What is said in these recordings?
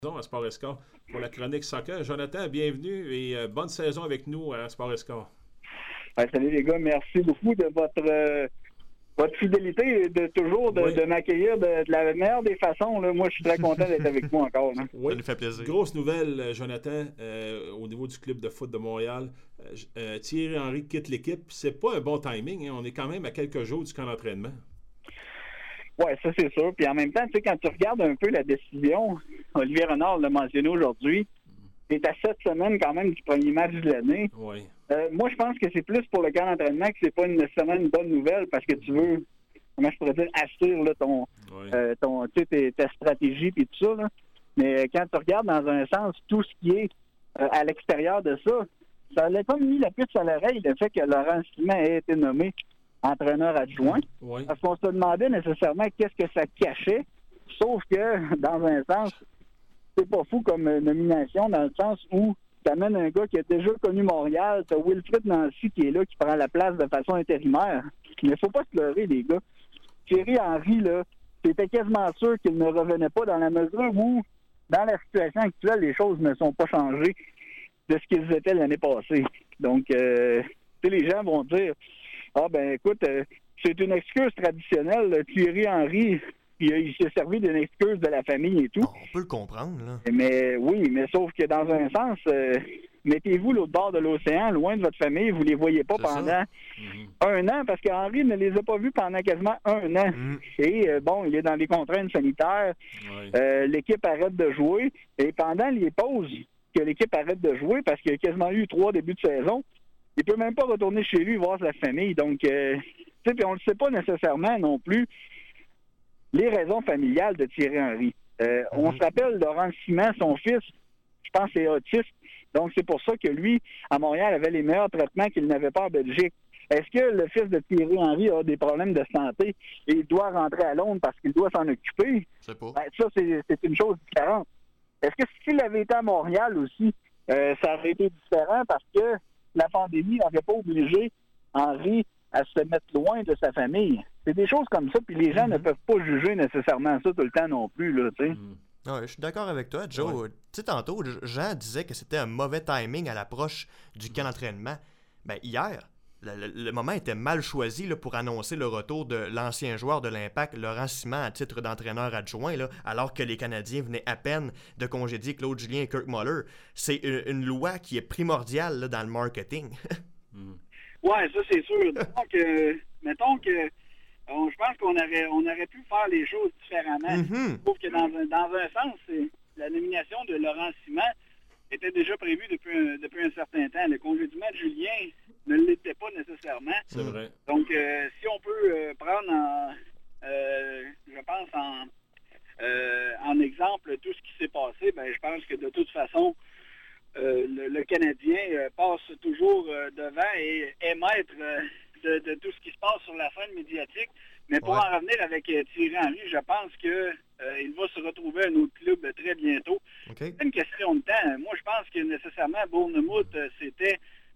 À Sport Escort pour la chronique soccer. Jonathan, bienvenue et bonne saison avec nous à Sport Escort. Salut les gars, merci beaucoup de votre fidélité et de m'accueillir de la meilleure des façons. Là. Moi, je suis très content d'être avec vous encore. Là. Oui. Ça nous fait plaisir. Grosse nouvelle, Jonathan, au niveau du club de foot de Montréal. Thierry Henry quitte l'équipe. C'est pas un bon timing. Hein. On est quand même à quelques jours du camp d'entraînement. Oui, ça c'est sûr. Puis en même temps, tu sais, quand tu regardes un peu la décision, Olivier Renard l'a mentionné aujourd'hui, c'est à 7 semaines quand même du premier match de l'année. Oui. Moi, je pense que c'est plus pour le camp d'entraînement que c'est pas nécessairement une bonne nouvelle parce que tu veux, comment je pourrais dire, assurer là, ta stratégie et tout ça. Là. Mais quand tu regardes dans un sens tout ce qui est à l'extérieur de ça, ça a comme mis la puce à l'oreille le fait que Laurent Simon ait été nommé entraîneur adjoint. Oui. Parce qu'on se demandait nécessairement qu'est-ce que ça cachait. Sauf que, dans un sens, c'est pas fou comme nomination, dans le sens où tu amènes un gars qui a déjà connu Montréal, t'as Wilfrid Nancy qui est là, qui prend la place de façon intérimaire. Mais faut pas se leurrer, les gars. Thierry Henry, là, c'était quasiment sûr qu'il ne revenait pas dans la mesure où, dans la situation actuelle, les choses ne sont pas changées de ce qu'ils étaient l'année passée. Donc, les gens vont dire ah ben écoute, c'est une excuse traditionnelle. Thierry Henry, il s'est servi d'une excuse de la famille et tout. On peut le comprendre, là. Mais oui, mais sauf que dans un sens, mettez-vous l'autre bord de l'océan, loin de votre famille, vous les voyez pas pendant un an, parce qu'Henry ne les a pas vus pendant quasiment un an. Et il est dans les contraintes sanitaires, l'équipe arrête de jouer, et pendant les pauses que l'équipe arrête de jouer, parce qu'il y a quasiment eu 3 débuts de saison, il peut même pas retourner chez lui voir sa famille. Donc, puis on le sait pas nécessairement non plus les raisons familiales de Thierry Henry. On se rappelle Laurent Simon, son fils, je pense c'est autiste. Donc, c'est pour ça que lui, à Montréal, avait les meilleurs traitements qu'il n'avait pas en Belgique. Est-ce que le fils de Thierry Henry a des problèmes de santé et il doit rentrer à Londres parce qu'il doit s'en occuper? Je sais pas. Ça, c'est une chose différente. Est-ce que s'il avait été à Montréal aussi, ça aurait été différent parce que la pandémie n'aurait pas obligé Henry à se mettre loin de sa famille. C'est des choses comme ça, puis les gens ne peuvent pas juger nécessairement ça tout le temps non plus, là, tu sais. Ouais, je suis d'accord avec toi, Joe. Ouais. Tu sais, tantôt, Jean disait que c'était un mauvais timing à l'approche du camp d'entraînement. Ben, hier, le moment était mal choisi là, pour annoncer le retour de l'ancien joueur de l'Impact, Laurent Simon, à titre d'entraîneur adjoint, là, alors que les Canadiens venaient à peine de congédier Claude Julien et Kirk Muller. C'est une loi qui est primordiale là, dans le marketing. Oui, ça c'est sûr. Donc, mettons que je pense qu'on aurait pu faire les choses différemment. Je trouve que dans un sens, la nomination de Laurent Simon était déjà prévue depuis un certain temps. Le congédiement de Julien ne l'était pas nécessairement. C'est vrai. Donc, si on peut prendre je pense en exemple tout ce qui s'est passé, ben je pense que de toute façon, le Canadien passe toujours devant et est maître de tout ce qui se passe sur la scène médiatique. Mais pour en revenir avec Thierry Henry, je pense que il va se retrouver à un autre club très bientôt. Okay. C'est une question de temps. Moi, je pense que nécessairement Bournemouth, c'était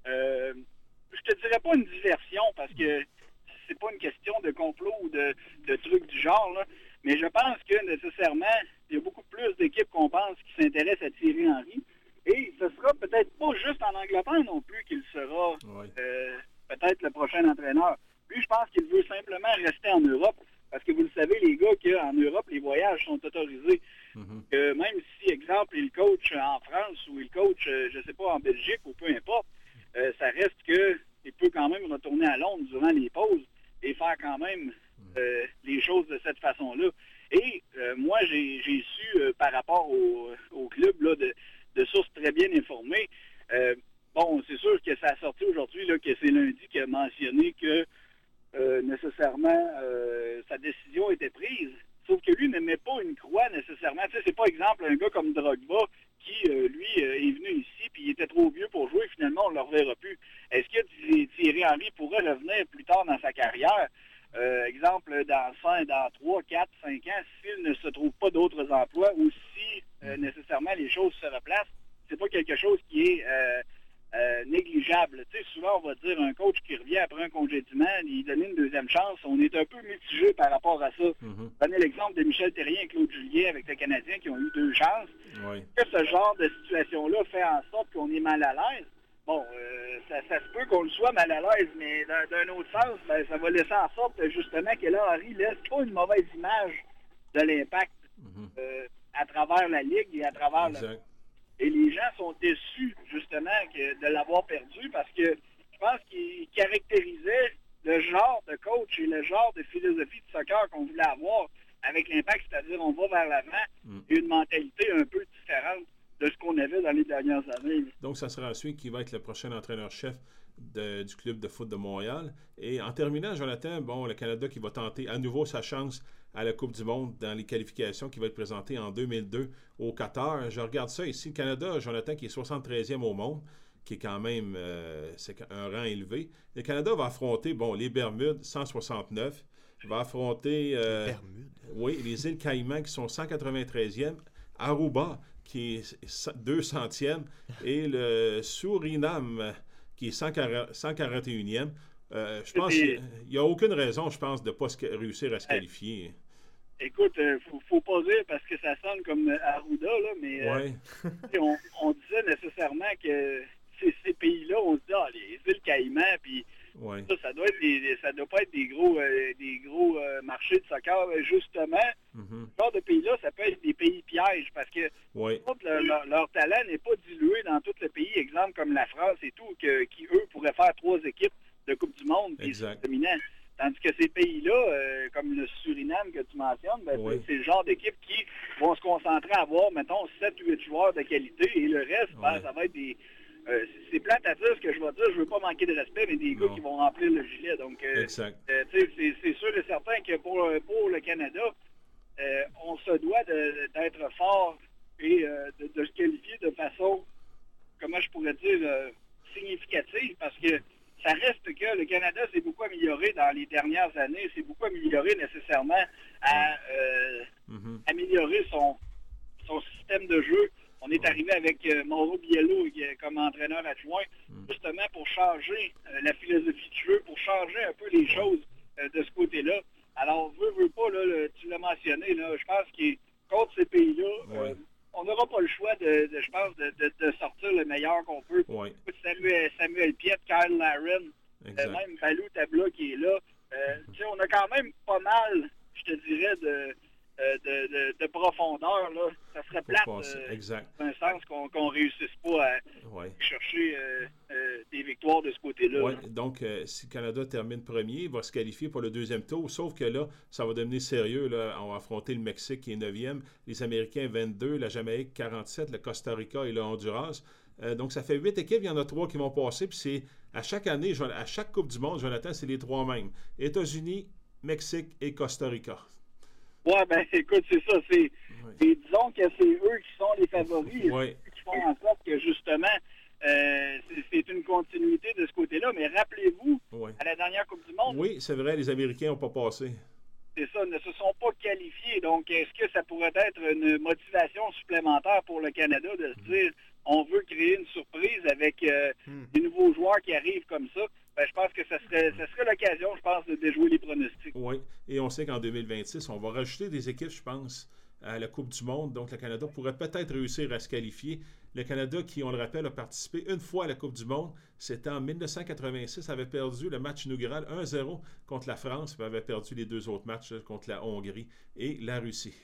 je te dirais pas une diversion parce que c'est pas une question de complot ou de trucs du genre, là. Mais je pense que nécessairement, il y a beaucoup plus d'équipes qu'on pense qui s'intéressent à Thierry Henry. Et ce sera peut-être pas juste en Angleterre non plus qu'il sera peut-être le prochain entraîneur. Lui, je pense qu'il veut simplement rester en Europe. Parce que vous le savez, les gars, qu'en Europe, les voyages sont autorisés. Même si, exemple, il coach en France ou il coach, je sais pas, en Belgique ou peu importe, ça reste qu'il peut quand même retourner à Londres durant les pauses et faire quand même les choses de cette façon-là. Et moi, j'ai su par rapport au club là, de sources très bien informées. C'est sûr que ça a sorti aujourd'hui là, que c'est lundi qui a mentionné que nécessairement sa décision était prise. Sauf que lui ne met pas une croix nécessairement. Tu sais, c'est pas exemple un gars comme Drogba qui, lui, est venu ici puis il était trop vieux pour jouer. Finalement, on ne le reverra plus. Est-ce que Thierry Henry pourrait revenir plus tard dans sa carrière? Exemple, dans 3, 4, 5 ans, s'il ne se trouve pas d'autres emplois ou si nécessairement les choses se replacent, c'est pas quelque chose qui est négligeable. Tu sais, souvent, on va dire un coach qui revient après un congédiement, il donne une deuxième chance. On est un peu mitigé par rapport à ça. Prenez l'exemple de Michel Therrien et Claude Julien avec le Canadien qui ont eu 2 chances. Oui. Que ce genre de situation-là fait en sorte qu'on est mal à l'aise. Bon, ça se peut qu'on le soit mal à l'aise, mais d'un autre sens, ben, ça va laisser en sorte justement que là, Henry laisse pas une mauvaise image de l'Impact à travers la Ligue et à travers Et les gens sont déçus, justement, de l'avoir perdu parce que je pense qu'il caractérisait le genre de coach et le genre de philosophie de soccer qu'on voulait avoir avec l'Impact, c'est-à-dire on va vers l'avant et une mentalité un peu différente de ce qu'on avait dans les dernières années. Donc, ça sera celui qui va être le prochain entraîneur-chef du club de foot de Montréal. Et en terminant, Jonathan, bon, le Canada qui va tenter à nouveau sa chance à la Coupe du Monde dans les qualifications qui va être présentée en 2002 au Qatar. Je regarde ça ici. Le Canada, Jonathan, qui est 73e au monde, qui est quand même c'est un rang élevé. Le Canada va affronter, bon, les Bermudes, 169. Va affronter les Bermudes. Oui, les îles Caïmans qui sont 193e. Aruba, qui est 200e. Et le Suriname, qui est 141e. Je pense qu'il n'y a aucune raison, je pense, de ne pas réussir à se qualifier. Écoute, faut pas dire parce que ça sonne comme Arruda, là, mais on disait nécessairement que ces pays-là, on se dit, les îles Caïmans, puis ça doit pas être des gros marchés de soccer. Justement, ce genre de pays-là, ça peut être des pays pièges parce que leur talent n'est pas dilué dans tout le pays. Exemple comme la France et tout, qui eux pourraient faire 3 équipes de Coupe du Monde, puis c'est dominant. Tandis que ces pays-là, comme le Suriname que tu mentionnes, c'est le genre d'équipe qui vont se concentrer à avoir, mettons, 7-8 joueurs de qualité, et le reste, ça va être des... c'est plate à dire ce que je vais dire, je veux pas manquer de respect, mais des gars qui vont remplir le gilet. Donc, c'est sûr et certain que pour le Canada, on se doit d'être fort et de se qualifier de façon, comment je pourrais dire, significative, parce que ça reste que le Canada s'est beaucoup amélioré dans les dernières années, s'est beaucoup amélioré nécessairement à améliorer son système de jeu. On est arrivé avec Mauro Biello comme entraîneur adjoint, justement pour changer la philosophie de jeu, pour changer un peu les choses de ce côté-là. Alors, veux pas, là, tu l'as mentionné, là, je pense que contre ces pays-là, on n'aura pas le choix, je pense, de sortir le meilleur qu'on peut. Samuel Piette, Kyle Larin, même Balou Tabla qui est là. On a quand même pas mal, je te dirais, de profondeur. Là. Ça serait plate, dans un sens, qu'on réussisse pas à chercher des victoires de ce côté-là. Donc, si le Canada termine premier, il va se qualifier pour le deuxième tour, sauf que là, ça va devenir sérieux. Là. On va affronter le Mexique qui est 9e, les Américains 22, la Jamaïque 47, le Costa Rica et le Honduras. Donc, ça fait 8 équipes, il y en a 3 qui vont passer, puis c'est à chaque année, à chaque Coupe du Monde, Jonathan, c'est les 3 mêmes. États-Unis, Mexique et Costa Rica. Écoute, c'est ça. Disons que c'est eux qui sont les favoris, qui font en sorte que, justement, c'est une continuité de ce côté-là. Mais rappelez-vous, à la dernière Coupe du Monde... Oui, c'est vrai, les Américains n'ont pas passé. C'est ça, ne se sont pas qualifiés. Donc, est-ce que ça pourrait être une motivation supplémentaire pour le Canada de se dire on veut créer une surprise avec des nouveaux joueurs qui arrivent comme ça? Je pense que ça serait l'occasion, je pense, de déjouer les pronostics. Oui, et on sait qu'en 2026, on va rajouter des équipes, je pense, à la Coupe du Monde. Donc, le Canada pourrait peut-être réussir à se qualifier. Le Canada, qui, on le rappelle, a participé une fois à la Coupe du Monde, c'était en 1986, avait perdu le match inaugural 1-0 contre la France, mais avait perdu les 2 autres matchs contre la Hongrie et la Russie.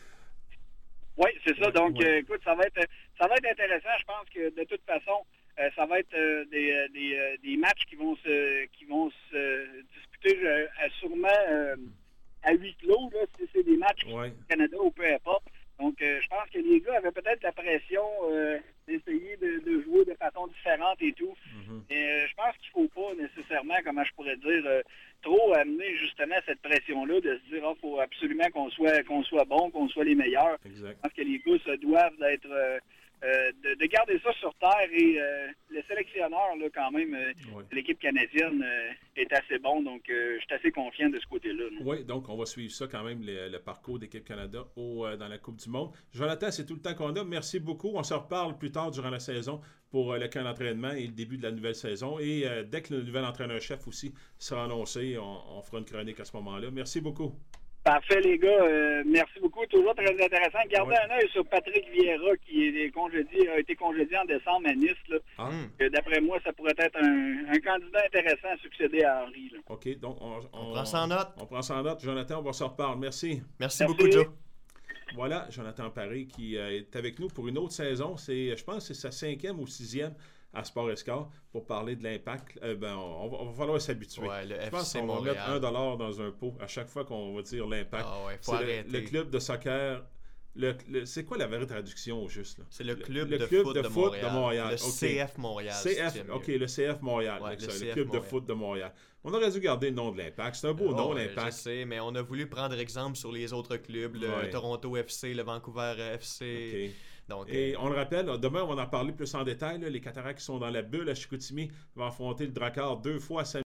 Oui, c'est ça. Donc, écoute, ça va être intéressant. Je pense que, de toute façon, ça va être des matchs qui vont se disputer sûrement à huis clos, là, si c'est des matchs au Canada ou peu importe. Donc, je pense que les gars avaient peut-être la pression d'essayer de jouer de façon différente et tout. Et je pense qu'il ne faut pas nécessairement, comment je pourrais dire, trop amener justement cette pression-là de se dire il faut absolument qu'on soit bon, qu'on soit les meilleurs. Exact. Je pense que les gars se doivent d'être de garder ça sur terre et laisser sélectionneur, là, quand même, l'équipe canadienne est assez bon, donc je suis assez confiant de ce côté-là. Oui, donc on va suivre ça quand même, le parcours d'équipe Canada dans la Coupe du Monde. Jonathan, c'est tout le temps qu'on a. Merci beaucoup. On se reparle plus tard durant la saison pour le camp d'entraînement et le début de la nouvelle saison. Et dès que le nouvel entraîneur-chef aussi sera annoncé, on fera une chronique à ce moment-là. Merci beaucoup. Parfait, les gars. Merci beaucoup. Toujours très intéressant. Gardez un œil sur Patrick Vieira, qui a été congédié en décembre à Nice. Là. D'après moi, ça pourrait être un candidat intéressant à succéder à Henry. Là. OK, donc on prend ça en note. On prend ça en note. Jonathan, on va se reparler. Merci. Merci beaucoup, Joe. Voilà, Jonathan Paré qui est avec nous pour une autre saison. Je pense que c'est sa 5e ou 6e à Sport Escort pour parler de l'impact. On va falloir s'habituer. Ouais, je pense qu'on va mettre $1 dans un pot à chaque fois qu'on va dire l'impact. Faut arrêter. Le club de soccer. C'est quoi la vraie traduction au juste? Là? C'est le club de foot de Montréal. Le CF Montréal. Le CF Montréal. Le club de foot de Montréal. On aurait dû garder le nom de l'Impact. C'est un beau nom, l'Impact. Je sais, mais on a voulu prendre exemple sur les autres clubs, le Toronto FC, le Vancouver FC. Donc, et on le rappelle, demain, on va en parler plus en détail. Les Cataractes qui sont dans la bulle à Chicoutimi vont affronter le Drakkar 2 fois